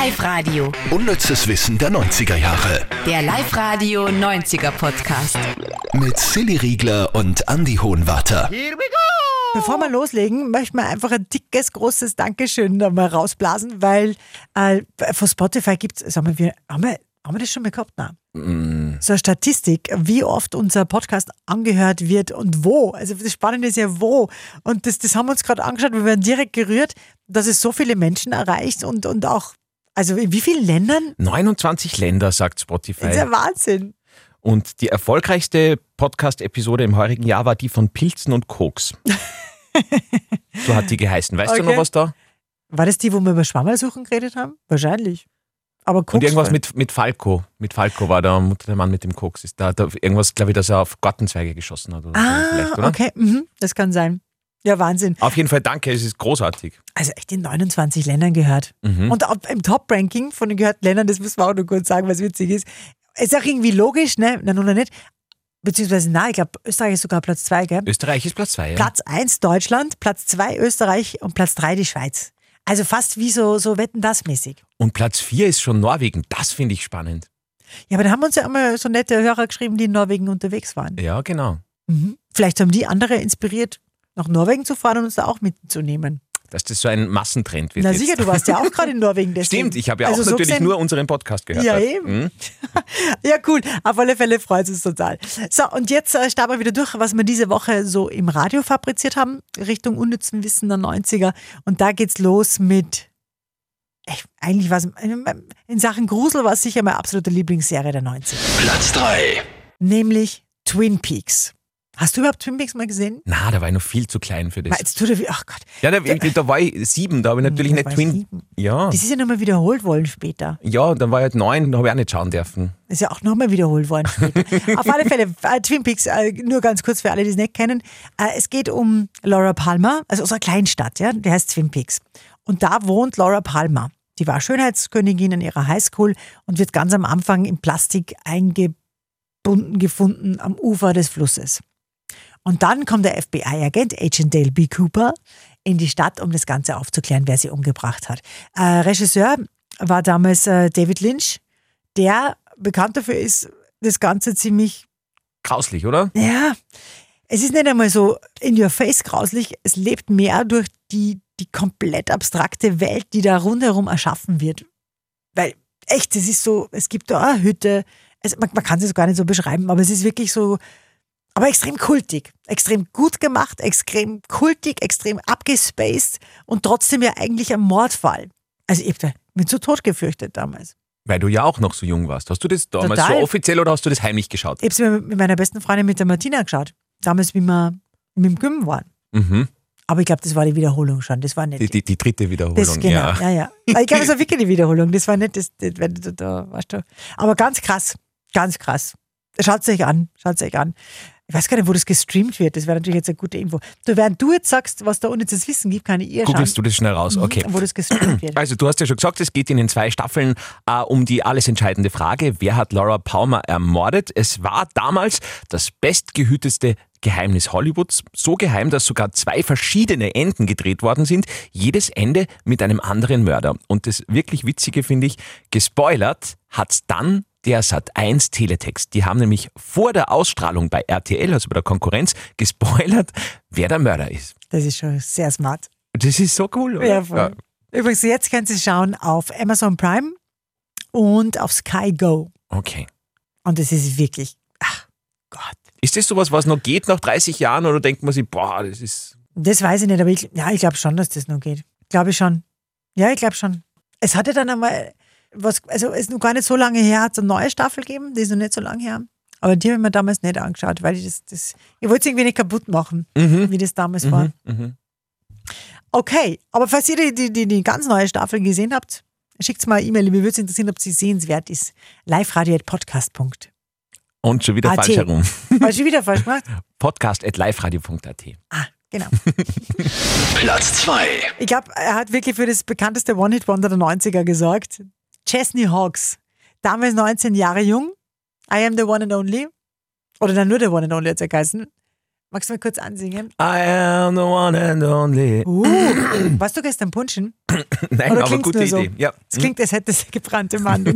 Live-Radio. Unnützes Wissen der 90er Jahre. Der Live-Radio 90er Podcast. Mit Silly Riegler und Andi Hohenwarter. Bevor wir loslegen, möchten wir einfach ein dickes, großes Dankeschön da mal rausblasen, weil von Spotify gibt es, haben wir das schon mal gehabt? Nein. So eine Statistik, wie oft unser Podcast angehört wird und wo. Also das Spannende ist ja wo. Und das haben wir uns gerade angeschaut, wir werden direkt gerührt, dass es so viele Menschen erreicht und auch, also in wie vielen Ländern? 29 Länder, sagt Spotify. Das ist ja Wahnsinn. Und die erfolgreichste Podcast-Episode im heurigen Jahr war die von Pilzen und Koks. So hat die geheißen. Weißt du noch was da? War das die, wo wir über Schwammerlsuchen geredet haben? Wahrscheinlich. Aber Koks. Und irgendwas mit Falco. Mit Falco war der Mann mit dem Koks. Ist da irgendwas, glaube ich, dass er auf Gartenzweige geschossen hat. Oder so vielleicht, oder? Okay. Das kann sein. Ja, Wahnsinn. Auf jeden Fall danke, es ist großartig. Also echt in 29 Ländern gehört. Und auch im Top-Ranking von den gehörten Ländern, das müssen wir auch noch kurz sagen, was witzig ist. Ist auch irgendwie logisch, ne? Nein, oder nicht? Beziehungsweise, ich glaube, Österreich ist sogar Platz 2, gell? Österreich ist Platz 2, ja. Platz 1 Deutschland, Platz 2 Österreich und Platz 3 die Schweiz. Also fast wie so Wetten, das mäßig. Und Platz 4 ist schon Norwegen. Das finde ich spannend. Ja, aber da haben uns ja immer so nette Hörer geschrieben, die in Norwegen unterwegs waren. Ja, genau. Vielleicht haben die andere inspiriert, nach Norwegen zu fahren und uns da auch mitzunehmen. Dass das so ein Massentrend wird. Na jetzt. sicher, du warst ja auch gerade in Norwegen. Deswegen. Stimmt, ich habe ja Also auch so natürlich gesehen, nur unseren Podcast gehört. Ja, eben. Ja, cool. Auf alle Fälle freut es uns total. So, und jetzt starten wir wieder durch, was wir diese Woche so im Radio fabriziert haben, Richtung unnützen Wissen der 90er. Und da geht's los mit, eigentlich was, in Sachen Grusel war es sicher meine absolute Lieblingsserie der 90er. Platz 3. Nämlich Twin Peaks. Hast du überhaupt Twin Peaks mal gesehen? Na, da war ich noch viel zu klein für das. Jetzt tut er wie, ach Gott. Ja, da war ich 7, da habe ich natürlich nicht war Twin. 7. Ja. Das ist ja nochmal wiederholt worden später. Ja, dann war ich halt 9, da habe ich auch nicht schauen dürfen. Das ist ja auch nochmal wiederholt worden später. Auf alle Fälle, Twin Peaks, nur ganz kurz für alle, die es nicht kennen. Es geht um Laura Palmer, also aus einer Kleinstadt, ja, die heißt Twin Peaks. Und da wohnt Laura Palmer. Die war Schönheitskönigin in ihrer Highschool und wird ganz am Anfang in Plastik eingebunden gefunden am Ufer des Flusses. Und dann kommt der FBI-Agent, Agent Dale B. Cooper, in die Stadt, um das Ganze aufzuklären, wer sie umgebracht hat. Regisseur war damals David Lynch, der bekannt dafür ist, das Ganze ziemlich... Grauslich, oder? Ja, es ist nicht einmal so in your face grauslich, es lebt mehr durch die komplett abstrakte Welt, die da rundherum erschaffen wird. Weil, echt, es ist so, es gibt da eine Hütte, man kann es gar nicht so beschreiben, aber es ist wirklich so... Aber extrem kultig, extrem gut gemacht, extrem kultig, extrem abgespaced und trotzdem ja eigentlich ein Mordfall. Also ich habe mich zu Tod gefürchtet damals. Weil du ja auch noch so jung warst. Hast du das damals Total. so offiziell oder hast du das heimlich geschaut? Ich habe es mir mit meiner besten Freundin, mit der Martina, geschaut. Damals, wie wir mit dem Gym waren. Aber ich glaube, das war die Wiederholung schon. Das war nicht Die dritte Wiederholung, das, genau, ja. ja. Ich glaube, das war wirklich die Wiederholung. Das war nicht das, wenn du da weißt du. Aber ganz krass, ganz krass. Schaut es euch an. Ich weiß gar nicht, wo das gestreamt wird. Das wäre natürlich jetzt eine gute Info. Während du jetzt sagst, was da unnützes Wissen gibt, kann ich schauen. Googlest du das schnell raus, okay. Wo das gestreamt wird. Also du hast ja schon gesagt, es geht in den 2 Staffeln um die alles entscheidende Frage, wer hat Laura Palmer ermordet? Es war damals das bestgehütete Geheimnis Hollywoods. So geheim, dass sogar 2 verschiedene Enden gedreht worden sind. Jedes Ende mit einem anderen Mörder. Und das wirklich Witzige finde ich, gespoilert hat's dann der Sat.1 Teletext. Die haben nämlich vor der Ausstrahlung bei RTL, also bei der Konkurrenz, gespoilert, wer der Mörder ist. Das ist schon sehr smart. Das ist so cool, oder? Ja, voll. Ja. Übrigens, jetzt könnt ihr schauen auf Amazon Prime und auf Sky Go. Okay. Und das ist wirklich, ach Gott. Ist das sowas, was noch geht nach 30 Jahren oder denkt man sich, boah, das ist... Das weiß ich nicht, aber ich glaube schon, dass das noch geht. Glaube ich schon. Ja, ich glaube schon. Es hatte dann einmal... es ist noch gar nicht so lange her, hat es eine neue Staffel gegeben, die ist noch nicht so lange her. Aber die habe ich mir damals nicht angeschaut, weil ich ich wollte es irgendwie nicht kaputt machen, wie das damals war. Okay, aber falls ihr die ganz neue Staffel gesehen habt, schickt mal eine E-Mail, mir würde es interessieren, ob sie sehenswert ist. liveradio@podcast.at. Und schon wieder falsch herum. War schon wieder falsch gemacht? podcast@liveradio.at. Ah, genau. Platz 2. Ich glaube, er hat wirklich für das bekannteste One-Hit-Wonder der 90er gesorgt. Chesney Hawkes. Damals 19 Jahre jung. I am the one and only. Oder dann nur der one and only hat er geheißen. Magst du mal kurz ansingen? I am the one and only. Warst du gestern punschen? Nein, Oder aber klingt's gute nur so? Idee. Ja. Es klingt, als hättest du gebrannte Mandeln.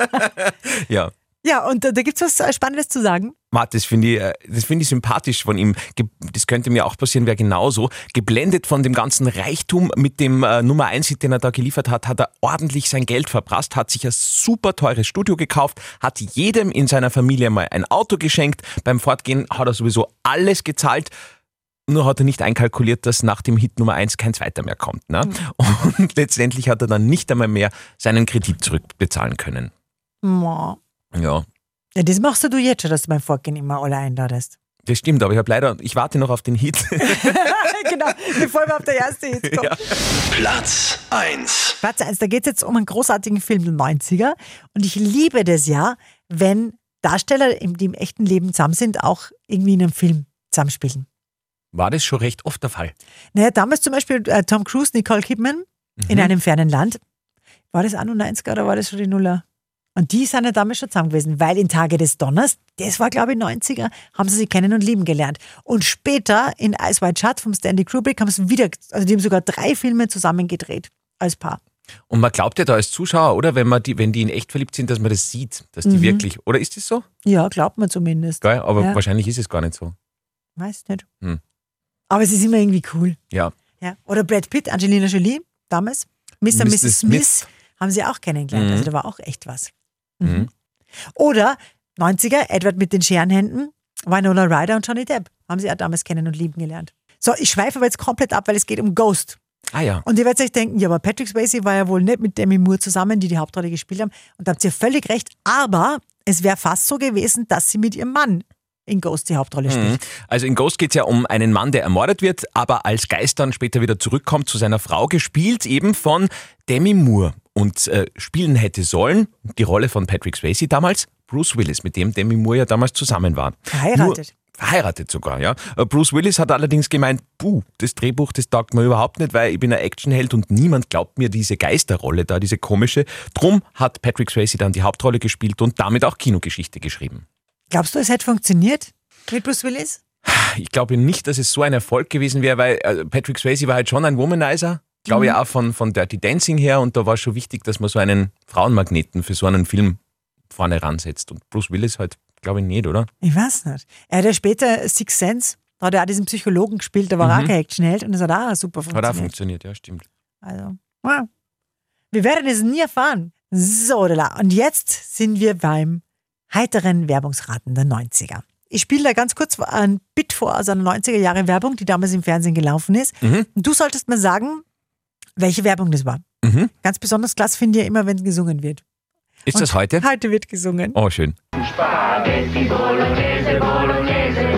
Ja. Ja, und da gibt es was Spannendes zu sagen. Matt, das finde ich sympathisch von ihm. Das könnte mir auch passieren, wäre genauso. Geblendet von dem ganzen Reichtum mit dem Nummer 1-Hit, den er da geliefert hat, hat er ordentlich sein Geld verprasst, hat sich ein super teures Studio gekauft, hat jedem in seiner Familie mal ein Auto geschenkt. Beim Fortgehen hat er sowieso alles gezahlt. Nur hat er nicht einkalkuliert, dass nach dem Hit Nummer 1 kein zweiter mehr kommt. Ne? Und letztendlich hat er dann nicht einmal mehr seinen Kredit zurückbezahlen können. Ja. Ja. Ja, das machst du jetzt schon, dass du beim Vorgehen immer alle einladest. Das stimmt, aber ich warte noch auf den Hit. Genau, bevor wir auf der erste Hit kommen. Ja. Platz 1. Platz 1, da geht es jetzt um einen großartigen Film der 90er. Und ich liebe das ja, wenn Darsteller, die im echten Leben zusammen sind, auch irgendwie in einem Film zusammenspielen. War das schon recht oft der Fall? Naja, damals zum Beispiel Tom Cruise, Nicole Kidman in einem fernen Land. War das auch nur 90er oder war das schon die Nuller? Und die sind ja damals schon zusammen gewesen, weil in Tage des Donners, das war glaube ich 90er, haben sie sich kennen und lieben gelernt. Und später in Ice White Shut vom Stanley Kubrick haben sie wieder, also die haben sogar 3 Filme zusammen gedreht als Paar. Und man glaubt ja da als Zuschauer, oder? Wenn die in echt verliebt sind, dass man das sieht, dass die wirklich, oder ist das so? Ja, glaubt man zumindest. Geil, aber Ja. wahrscheinlich ist es gar nicht so. Weiß nicht. Hm. Aber es ist immer irgendwie cool. Ja. Ja. Oder Brad Pitt, Angelina Jolie, damals. Mr. und Mrs. Smith haben sie auch kennengelernt. Also da war auch echt was. Mhm. Oder 90er, Edward mit den Scherenhänden, Winona Ryder und Johnny Depp haben sie auch damals kennen und lieben gelernt. So, ich schweife aber jetzt komplett ab, weil es geht um Ghost. Ah ja. Und ihr werdet euch denken, ja, aber Patrick Swayze war ja wohl nicht mit Demi Moore zusammen, die Hauptrolle gespielt haben. Und da habt ihr völlig recht. Aber es wäre fast so gewesen, dass sie mit ihrem Mann in Ghost die Hauptrolle spielt. Also in Ghost geht es ja um einen Mann, der ermordet wird, aber als Geist dann später wieder zurückkommt zu seiner Frau, gespielt eben von Demi Moore. Und spielen hätte sollen, die Rolle von Patrick Swayze damals, Bruce Willis, mit dem Demi Moore ja damals zusammen war. Verheiratet. Verheiratet sogar, ja. Bruce Willis hat allerdings gemeint, das Drehbuch, das taugt mir überhaupt nicht, weil ich bin ein Actionheld und niemand glaubt mir diese Geisterrolle da, diese komische. Drum hat Patrick Swayze dann die Hauptrolle gespielt und damit auch Kinogeschichte geschrieben. Glaubst du, es hätte funktioniert mit Bruce Willis? Ich glaube nicht, dass es so ein Erfolg gewesen wäre, weil Patrick Swayze war halt schon ein Womanizer, glaube ich auch von Dirty Dancing her, und da war schon wichtig, dass man so einen Frauenmagneten für so einen Film vorne ransetzt, und Bruce Willis halt, glaube ich, nicht, oder? Ich weiß nicht. Er hat ja später Sixth Sense, da hat er auch diesen Psychologen gespielt, der war auch kein Actionheld und das hat auch super Hat funktioniert. auch funktioniert, ja, stimmt. Also, ja. Wir werden es nie erfahren. So, und jetzt sind wir beim heiteren Werbungsraten der 90er. Ich spiele da ganz kurz ein Bit vor aus einer 90er-Jahre-Werbung, die damals im Fernsehen gelaufen ist. Und du solltest mir sagen, welche Werbung das war. Ganz besonders klasse finde ich ja immer, wenn gesungen wird. Ist das heute? Heute wird gesungen. Oh, schön. Spaghetti Bolognese, Bolognese.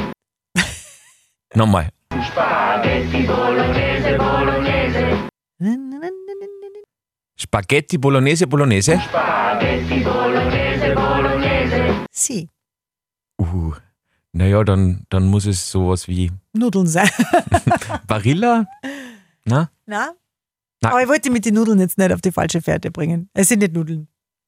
Nochmal. Spaghetti Bolognese, Bolognese. Spaghetti Bolognese, Bolognese. Spaghetti Bolognese, Bolognese. Sie. Naja, dann muss es sowas wie Nudeln sein. Barilla? Na? Na? Nein. Aber ich wollte mit den Nudeln jetzt nicht auf die falsche Fährte bringen. Es sind nicht Nudeln.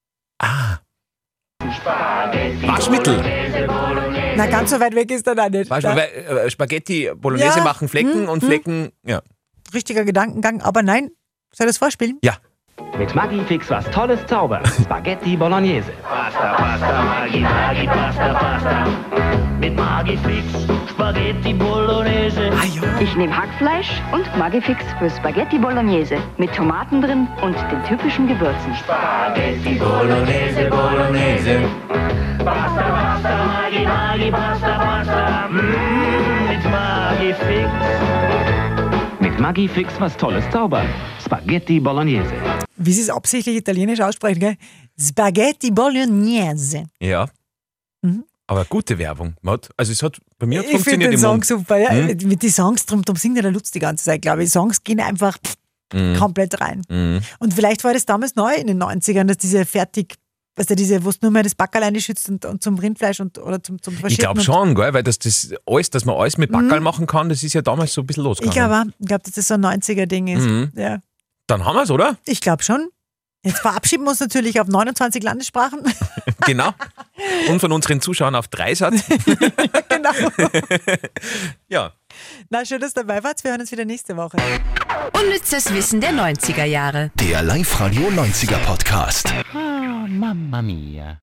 Waschmittel. Na, ganz so weit weg ist er da nicht. Weil Spaghetti Bolognese Ja. machen Flecken und Flecken, ja. Richtiger Gedankengang, aber nein. Soll ich das vorspielen? Ja. Mit Maggi fix was Tolles zaubern. Spaghetti Bolognese. Pasta, Pasta, Maggi, Maggi, Pasta, Pasta. Mit Maggi fix Spaghetti Bolognese. Ich nehme Hackfleisch und Maggi-Fix für Spaghetti Bolognese mit Tomaten drin und den typischen Gewürzen. Spaghetti Bolognese, Bolognese. Pasta, Pasta, Maggi, Maggi, Pasta, Pasta. Mit Maggi fix. Mit Maggi fix was Tolles zaubern. Spaghetti Bolognese. Wie sie es absichtlich italienisch aussprechen, gell? Spaghetti Bolognese. Ja. Aber gute Werbung. Also es hat bei mir Ich finde funktioniert den im Song Mund. super. Ja. Mit den Songs, drum singt ja der Lutz die ganze Zeit, glaube ich. Songs gehen einfach komplett rein. Und vielleicht war das damals neu in den 90ern, dass diese wo es nur mehr das Backerl schützt und zum Rindfleisch oder zum Ich Verschicken. glaube schon, gell, weil dass man alles mit Backerl machen kann, das ist ja damals so ein bisschen Ich losgegangen. glaube, dass das so ein 90er-Ding ist. Ja. Dann haben wir es, oder? Ich glaube schon. Jetzt verabschieden wir uns natürlich auf 29 Landessprachen. Genau. Und von unseren Zuschauern auf Dreisat. Genau. Ja. Na, schön, dass du dabei warst. Wir hören uns wieder nächste Woche. Unnützes Wissen der 90er Jahre. Der Live-Radio 90er Podcast. Mamma mia.